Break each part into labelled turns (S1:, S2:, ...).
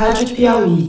S1: Rádio Piauí.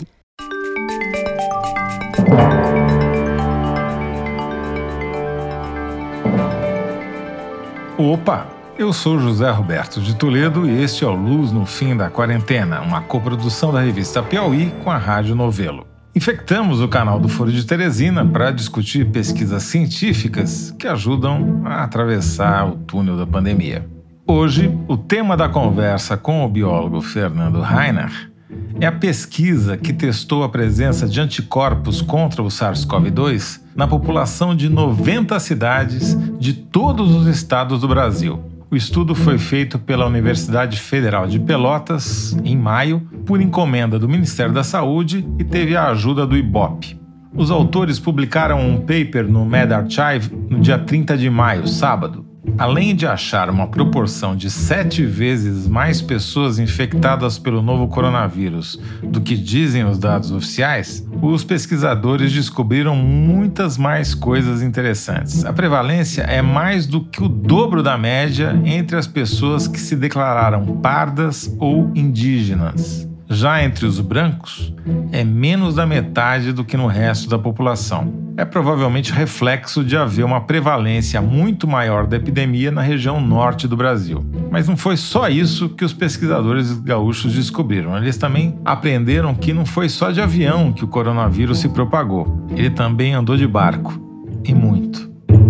S2: Opa! Eu sou José Roberto de Toledo e este é o Luz no Fim da Quarentena, uma coprodução da revista Piauí com a Rádio Novelo. Infectamos o canal do Foro de Teresina para discutir pesquisas científicas que ajudam a atravessar o túnel da pandemia. Hoje, o tema da conversa com o biólogo Fernando Reinach é a pesquisa que testou a presença de anticorpos contra o SARS-CoV-2 na população de 90 cidades de todos os estados do Brasil. O estudo foi feito pela Universidade Federal de Pelotas, em maio, por encomenda do Ministério da Saúde e teve a ajuda do IBOP. Os autores publicaram um paper no medRxiv no dia 30 de maio, sábado. Além de achar uma proporção de 7 vezes mais pessoas infectadas pelo novo coronavírus do que dizem os dados oficiais, os pesquisadores descobriram muitas mais coisas interessantes. A prevalência é mais do que o dobro da média entre as pessoas que se declararam pardas ou indígenas. Já entre os brancos, é menos da metade do que no resto da população. É provavelmente reflexo de haver uma prevalência muito maior da epidemia na região norte do Brasil. Mas não foi só isso que os pesquisadores gaúchos descobriram. Eles também aprenderam que não foi só de avião que o coronavírus se propagou. Ele também andou de barco. E muito.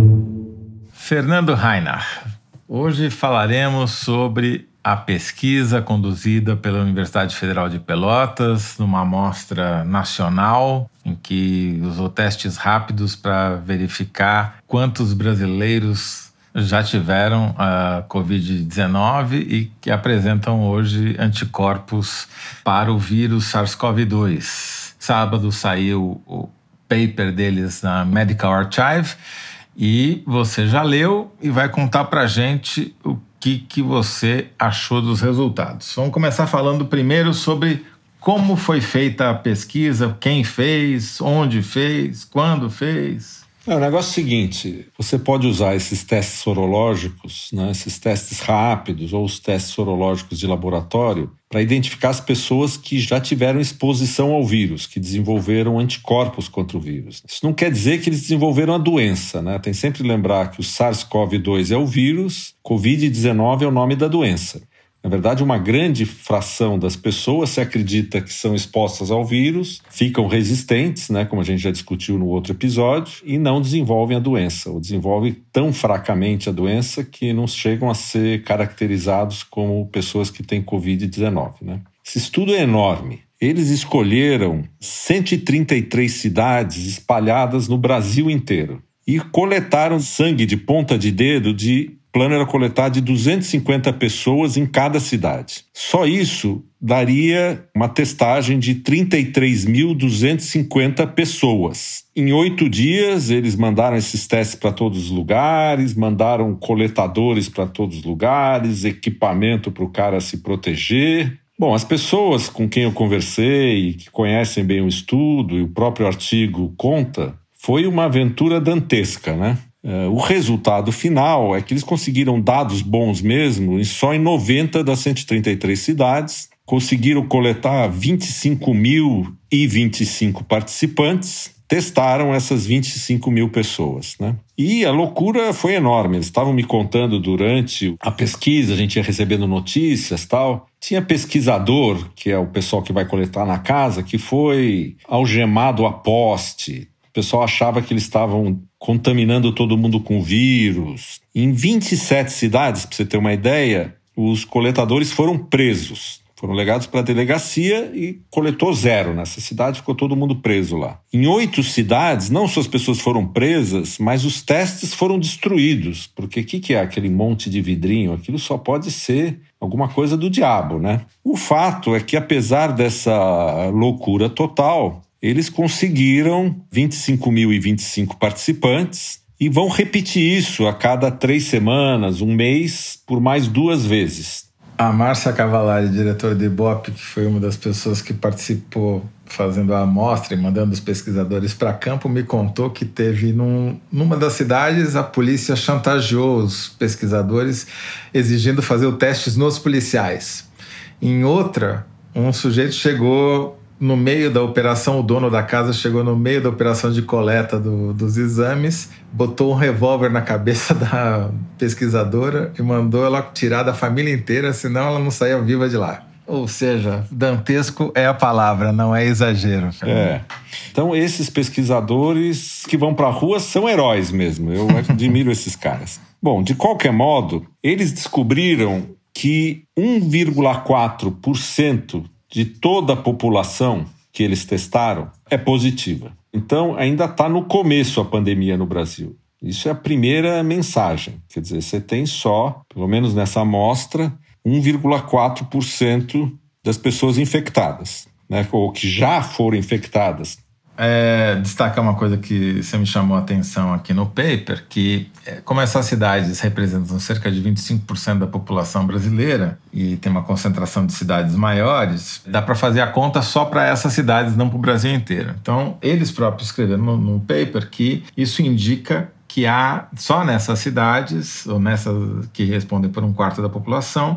S2: Fernando Reinach. Hoje falaremos sobre a pesquisa conduzida pela Universidade Federal de Pelotas, numa amostra nacional, em que usou testes rápidos para verificar quantos brasileiros já tiveram a Covid-19 e que apresentam hoje anticorpos para o vírus SARS-CoV-2. Sábado saiu o paper deles na medRxiv e você já leu e vai contar para a gente o que você achou dos resultados. Vamos começar falando primeiro sobre como foi feita a pesquisa, quem fez, onde fez, quando fez.
S3: O negócio é o seguinte, você pode usar esses testes sorológicos, né, esses testes rápidos ou os testes sorológicos de laboratório para identificar as pessoas que já tiveram exposição ao vírus, que desenvolveram anticorpos contra o vírus. Isso não quer dizer que eles desenvolveram a doença, né? Tem sempre que lembrar que o SARS-CoV-2 é o vírus, Covid-19 é o nome da doença. Na verdade, uma grande fração das pessoas se acredita que são expostas ao vírus, ficam resistentes, né, como a gente já discutiu no outro episódio, e não desenvolvem a doença, ou desenvolvem tão fracamente a doença que não chegam a ser caracterizados como pessoas que têm Covid-19. Né? Esse estudo é enorme. Eles escolheram 133 cidades espalhadas no Brasil inteiro e coletaram sangue de ponta de dedo o plano era coletar de 250 pessoas em cada cidade. Só isso daria uma testagem de 33.250 pessoas. Em 8 dias, eles mandaram esses testes para todos os lugares, mandaram coletadores para todos os lugares, equipamento para o cara se proteger. Bom, as pessoas com quem eu conversei, que conhecem bem o estudo e o próprio artigo conta, foi uma aventura dantesca, né? O resultado final é que eles conseguiram dados bons mesmo só em 90 das 133 cidades, conseguiram coletar 25.025 participantes, testaram essas 25 mil pessoas, né? E a loucura foi enorme, eles estavam me contando durante a pesquisa, a gente ia recebendo notícias e tal. Tinha pesquisador, que é o pessoal que vai coletar na casa, que foi algemado a poste. O pessoal achava que eles estavam contaminando todo mundo com vírus. Em 27 cidades, para você ter uma ideia, os coletadores foram presos. Foram legados para a delegacia e coletou 0. Nessa cidade ficou todo mundo preso lá. Em 8 cidades, não só as pessoas foram presas, mas os testes foram destruídos. Porque o que é aquele monte de vidrinho? Aquilo só pode ser alguma coisa do diabo, né? O fato é que, apesar dessa loucura total, eles conseguiram 25.025 participantes e vão repetir isso a cada 3 semanas, um mês, por mais 2 vezes.
S2: A Márcia Cavallari, diretora do IBOP, que foi uma das pessoas que participou fazendo a amostra e mandando os pesquisadores para campo, me contou que teve numa das cidades a polícia chantageou os pesquisadores exigindo fazer os testes nos policiais. Em outra, Um sujeito chegou no meio da operação, o dono da casa chegou no meio da operação de coleta dos exames, botou um revólver na cabeça da pesquisadora e mandou ela tirar da família inteira, senão ela não saía viva de lá. Ou seja, dantesco é a palavra, não é exagero.
S3: Então, esses pesquisadores que vão para a rua são heróis mesmo. Eu admiro esses caras. Bom, de qualquer modo, eles descobriram que 1,4% de toda a população que eles testaram é positiva. Então, ainda está no começo a pandemia no Brasil. Isso é a primeira mensagem. Quer dizer, você tem só, pelo menos nessa amostra, 1,4% das pessoas infectadas, né? Ou que já foram infectadas.
S2: Destacar uma coisa que você me chamou a atenção aqui no paper, que como essas cidades representam cerca de 25% da população brasileira e tem uma concentração de cidades maiores, dá para fazer a conta só para essas cidades, não para o Brasil inteiro. Então, eles próprios escreveram no paper que isso indica que há, só nessas cidades, ou nessas que respondem por 1/4 da população,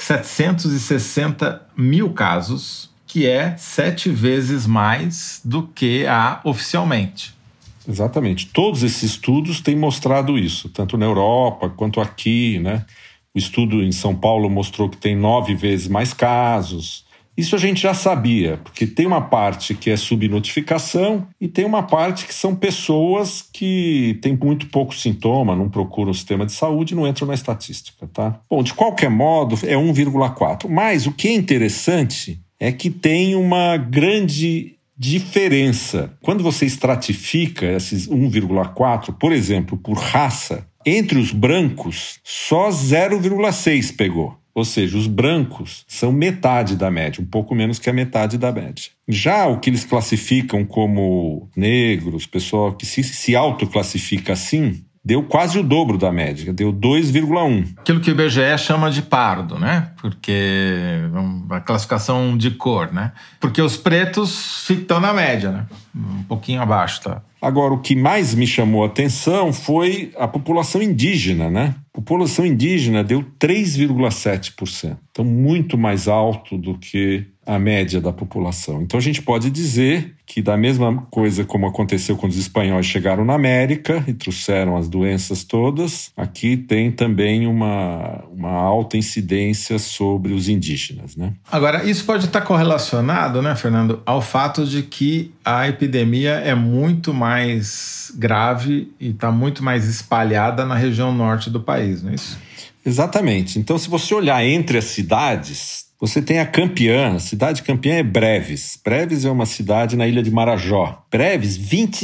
S2: 760 mil casos, que é 7 vezes mais do que há oficialmente.
S3: Exatamente. Todos esses estudos têm mostrado isso, tanto na Europa quanto aqui, né? O estudo em São Paulo mostrou que tem 9 vezes mais casos. Isso a gente já sabia, porque tem uma parte que é subnotificação e tem uma parte que são pessoas que têm muito pouco sintoma, não procuram o sistema de saúde e não entram na estatística, tá? Bom, de qualquer modo, é 1,4. Mas o que é interessante é que tem uma grande diferença. Quando você estratifica esses 1,4, por exemplo, por raça, entre os brancos, só 0,6 pegou. Ou seja, os brancos são metade da média, um pouco menos que a metade da média. Já o que eles classificam como negros, pessoal que se autoclassifica assim, deu quase o dobro da média, deu 2,1.
S2: Aquilo que o IBGE chama de pardo, né? Porque a classificação de cor, né? Porque os pretos estão na média, né? Um pouquinho abaixo, tá?
S3: Agora, o que mais me chamou a atenção foi a população indígena, né? A população indígena deu 3,7%. Então, muito mais alto do que a média da população. Então, a gente pode dizer que, da mesma coisa como aconteceu quando os espanhóis chegaram na América e trouxeram as doenças todas, aqui tem também uma alta incidência sobre os indígenas, né?
S2: Agora, isso pode estar correlacionado, né, Fernando, ao fato de que a epidemia é muito mais grave e está muito mais espalhada na região norte do país, não é isso?
S3: Exatamente. Então, se você olhar entre as cidades, você tem a campeã, a cidade campeã é Breves. Breves é uma cidade na ilha de Marajó. Breves,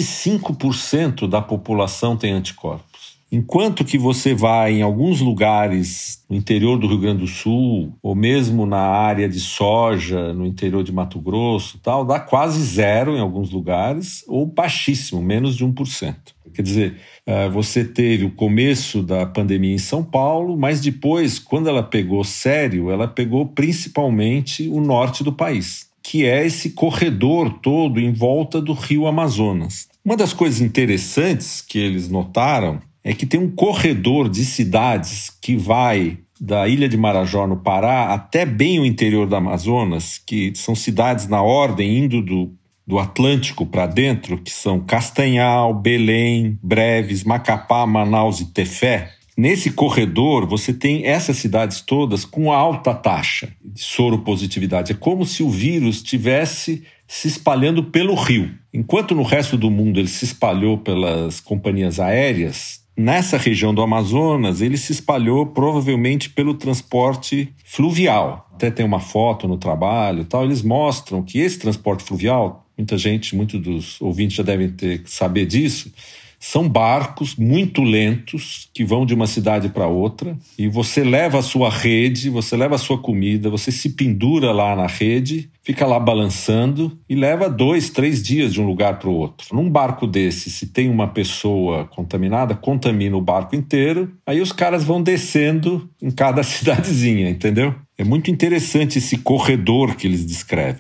S3: 25% da população tem anticorpos. Enquanto que você vai em alguns lugares no interior do Rio Grande do Sul, ou mesmo na área de soja, no interior de Mato Grosso, tal, dá quase zero em alguns lugares, ou baixíssimo, menos de 1%. Quer dizer, você teve o começo da pandemia em São Paulo, mas depois, quando ela pegou sério, ela pegou principalmente o norte do país, que é esse corredor todo em volta do rio Amazonas. Uma das coisas interessantes que eles notaram é que tem um corredor de cidades que vai da Ilha de Marajó, no Pará, até bem o interior do Amazonas, que são cidades na ordem indo do Atlântico para dentro, que são Castanhal, Belém, Breves, Macapá, Manaus e Tefé. Nesse corredor, você tem essas cidades todas com alta taxa de soropositividade. É como se o vírus estivesse se espalhando pelo rio. Enquanto no resto do mundo ele se espalhou pelas companhias aéreas, nessa região do Amazonas ele se espalhou provavelmente pelo transporte fluvial. Até tem uma foto no trabalho e tal, eles mostram que esse transporte fluvial, muitos dos ouvintes já devem saber disso, são barcos muito lentos que vão de uma cidade para outra e você leva a sua rede, você leva a sua comida, você se pendura lá na rede, fica lá balançando e leva 2, 3 dias de um lugar para o outro. Num barco desse, se tem uma pessoa contaminada, contamina o barco inteiro, aí os caras vão descendo em cada cidadezinha, entendeu? É muito interessante esse corredor que eles descrevem, né?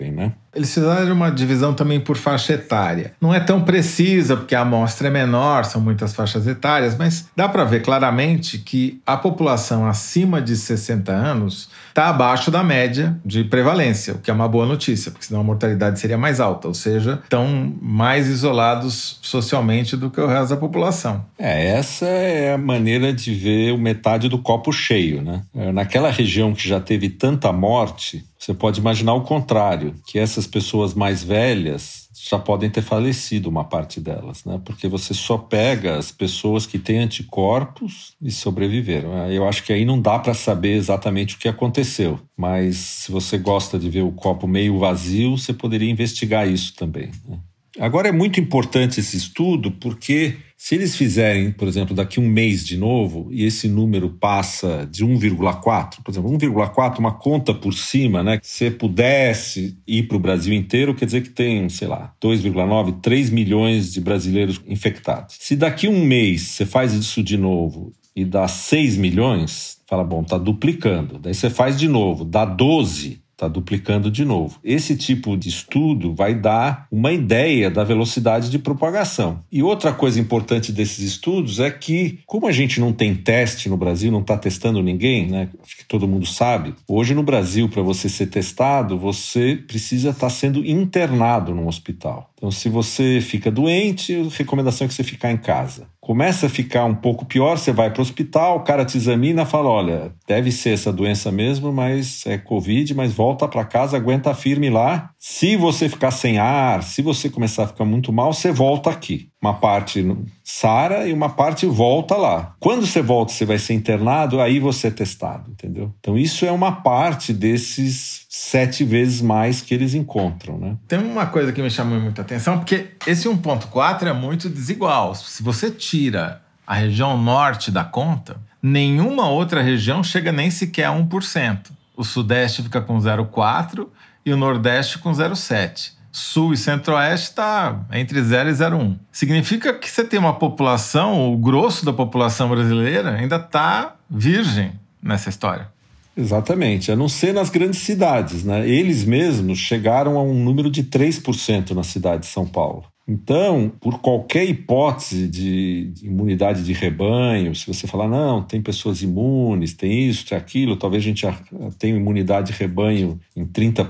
S2: Eles fizeram uma divisão também por faixa etária. Não é tão precisa, porque a amostra é menor, são muitas faixas etárias, mas dá para ver claramente que a população acima de 60 anos está abaixo da média de prevalência, o que é uma boa notícia, porque senão a mortalidade seria mais alta, ou seja, estão mais isolados socialmente do que o resto da população.
S3: Essa é a maneira de ver metade do copo cheio, né? Naquela região que já teve tanta morte, você pode imaginar o contrário, que essas pessoas mais velhas já podem ter falecido, uma parte delas, né? Porque você só pega as pessoas que têm anticorpos e sobreviveram. Eu acho que aí não dá para saber exatamente o que aconteceu, mas se você gosta de ver o copo meio vazio, você poderia investigar isso também, né? Agora é muito importante esse estudo porque se eles fizerem, por exemplo, daqui um mês de novo e esse número passa de 1,4, por exemplo, 1,4, uma conta por cima, né? Se você pudesse ir para o Brasil inteiro, quer dizer que tem, sei lá, 2,9, 3 milhões de brasileiros infectados. Se daqui um mês você faz isso de novo e dá 6 milhões, fala, bom, está duplicando. Daí você faz de novo, dá 12. Está duplicando de novo. Esse tipo de estudo vai dar uma ideia da velocidade de propagação. E outra coisa importante desses estudos é que, como a gente não tem teste no Brasil, não está testando ninguém, né? Acho que todo mundo sabe, hoje no Brasil, para você ser testado, você precisa estar sendo internado num hospital. Então, se você fica doente, a recomendação é que você ficar em casa. Começa a ficar um pouco pior, você vai para o hospital, o cara te examina e fala, olha, deve ser essa doença mesmo, mas é Covid, mas volta para casa, aguenta firme lá. Se você ficar sem ar, se você começar a ficar muito mal, você volta aqui. Uma parte sara e uma parte volta lá. Quando você volta, você vai ser internado, aí você é testado, entendeu? Então isso é uma parte desses 7 vezes mais que eles encontram, né?
S2: Tem uma coisa que me chamou muita atenção, porque esse 1,4 é muito desigual. Se você tira a região norte da conta, nenhuma outra região chega nem sequer a 1%. O Sudeste fica com 0,4% e o Nordeste com 0,7%. Sul e Centro-Oeste está entre 0 e 0,1. Significa que você tem uma população, o grosso da população brasileira ainda está virgem nessa história.
S3: Exatamente, a não ser nas grandes cidades, né? Eles mesmos chegaram a um número de 3% na cidade de São Paulo. Então, por qualquer hipótese de imunidade de rebanho, se você falar, não, tem pessoas imunes, tem isso, tem aquilo, talvez a gente já tenha imunidade de rebanho em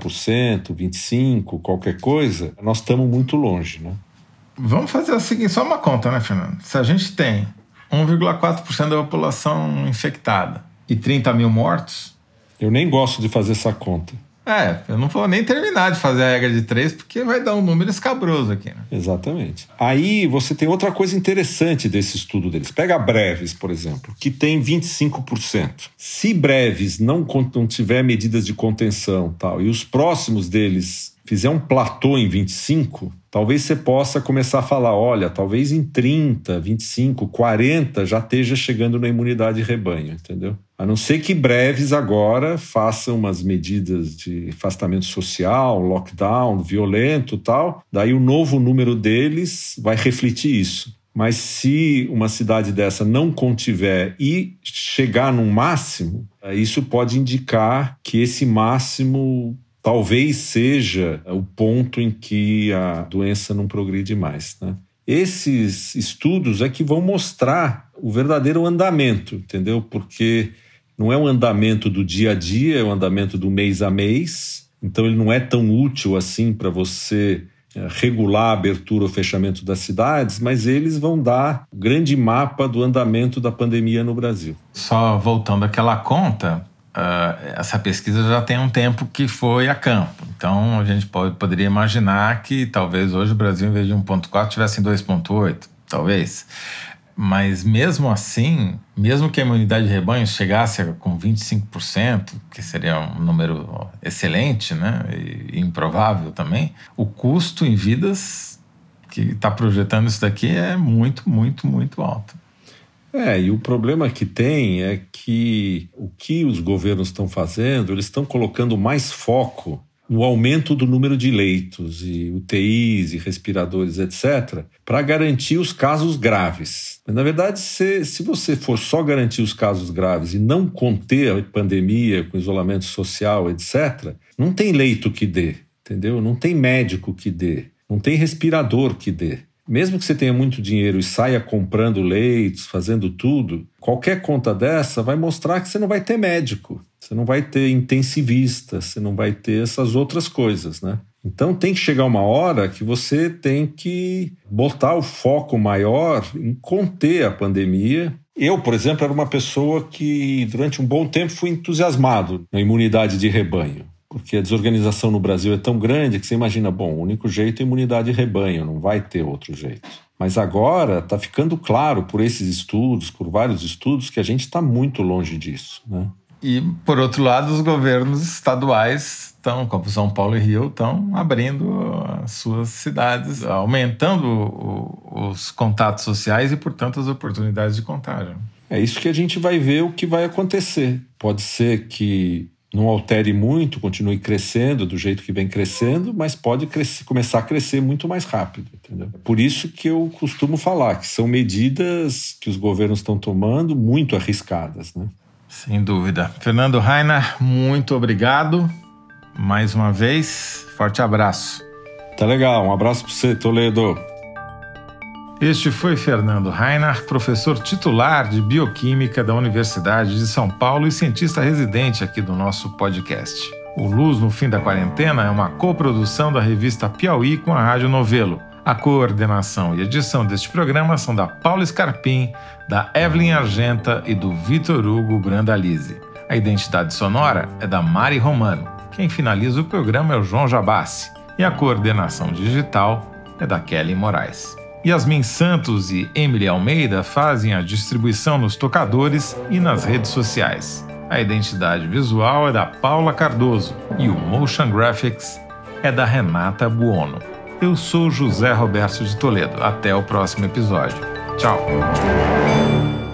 S3: 30%, 25%, qualquer coisa, nós estamos muito longe, né?
S2: Vamos fazer o seguinte, só uma conta, né, Fernando? Se a gente tem 1,4% da população infectada e 30 mil mortos...
S3: Eu nem gosto de fazer essa conta.
S2: Eu não vou nem terminar de fazer a regra de 3, porque vai dar um número escabroso aqui, né?
S3: Exatamente. Aí você tem outra coisa interessante desse estudo deles. Pega a Breves, por exemplo, que tem 25%. Se Breves não tiver medidas de contenção tal, e os próximos deles fizer um platô em 25%, talvez você possa começar a falar, olha, talvez em 30%, 25%, 40% já esteja chegando na imunidade de rebanho, entendeu? A não ser que Breves agora façam umas medidas de afastamento social, lockdown, violento e tal, daí o novo número deles vai refletir isso. Mas se uma cidade dessa não contiver e chegar num máximo, isso pode indicar que esse máximo talvez seja o ponto em que a doença não progride mais, né? Esses estudos é que vão mostrar o verdadeiro andamento, entendeu? Porque não é um andamento do dia a dia, é um andamento do mês a mês. Então ele não é tão útil assim para você regular a abertura ou fechamento das cidades, mas eles vão dar o grande mapa do andamento da pandemia no Brasil.
S2: Só voltando àquela conta, essa pesquisa já tem um tempo que foi a campo. Então a gente poderia imaginar que talvez hoje o Brasil, em vez de 1,4, tivesse em 2,8, talvez. Mas mesmo assim, mesmo que a imunidade de rebanho chegasse com 25%, que seria um número excelente, né, e improvável também, o custo em vidas que está projetando isso daqui é muito, muito, muito alto.
S3: E o problema que tem é que o que os governos estão fazendo, eles estão colocando mais foco no aumento do número de leitos e UTIs e respiradores, etc., para garantir os casos graves. Mas, na verdade, se você for só garantir os casos graves e não conter a pandemia com isolamento social, etc., não tem leito que dê. entendeu? Não tem médico que dê, não tem respirador que dê. Mesmo que você tenha muito dinheiro e saia comprando leitos, fazendo tudo, qualquer conta dessa vai mostrar que você não vai ter médico, você não vai ter intensivista, você não vai ter essas outras coisas, né? Então tem que chegar uma hora que você tem que botar o foco maior em conter a pandemia. Eu, por exemplo, era uma pessoa que durante um bom tempo fui entusiasmado na imunidade de rebanho, porque a desorganização no Brasil é tão grande que você imagina, bom, o único jeito é imunidade de rebanho, não vai ter outro jeito. Mas agora está ficando claro por esses estudos, por vários estudos, que a gente está muito longe disso, né?
S2: E, por outro lado, os governos estaduais estão, como São Paulo e Rio, estão abrindo as suas cidades, aumentando os contatos sociais e, portanto, as oportunidades de contágio.
S3: É isso que a gente vai ver o que vai acontecer. Pode ser que não altere muito, continue crescendo do jeito que vem crescendo, mas pode começar a crescer muito mais rápido, entendeu? Por isso que eu costumo falar que são medidas que os governos estão tomando muito arriscadas, né?
S2: Sem dúvida. Fernando Rainer, muito obrigado. Mais uma vez, forte abraço.
S3: Tá legal, um abraço para você, Toledo.
S2: Este foi Fernando Rainer, professor titular de Bioquímica da Universidade de São Paulo e cientista residente aqui do nosso podcast. O Luz no Fim da Quarentena é uma coprodução da revista Piauí com a Rádio Novelo. A coordenação e edição deste programa são da Paula Scarpim, da Evelyn Argenta e do Vitor Hugo Brandalize. A identidade sonora é da Mari Romano. Quem finaliza o programa é o João Jabassi. E a coordenação digital é da Kelly Moraes. Yasmin Santos e Emily Almeida fazem a distribuição nos tocadores e nas redes sociais. A identidade visual é da Paula Cardoso e o Motion Graphics é da Renata Buono. Eu sou José Roberto de Toledo. Até o próximo episódio. Tchau!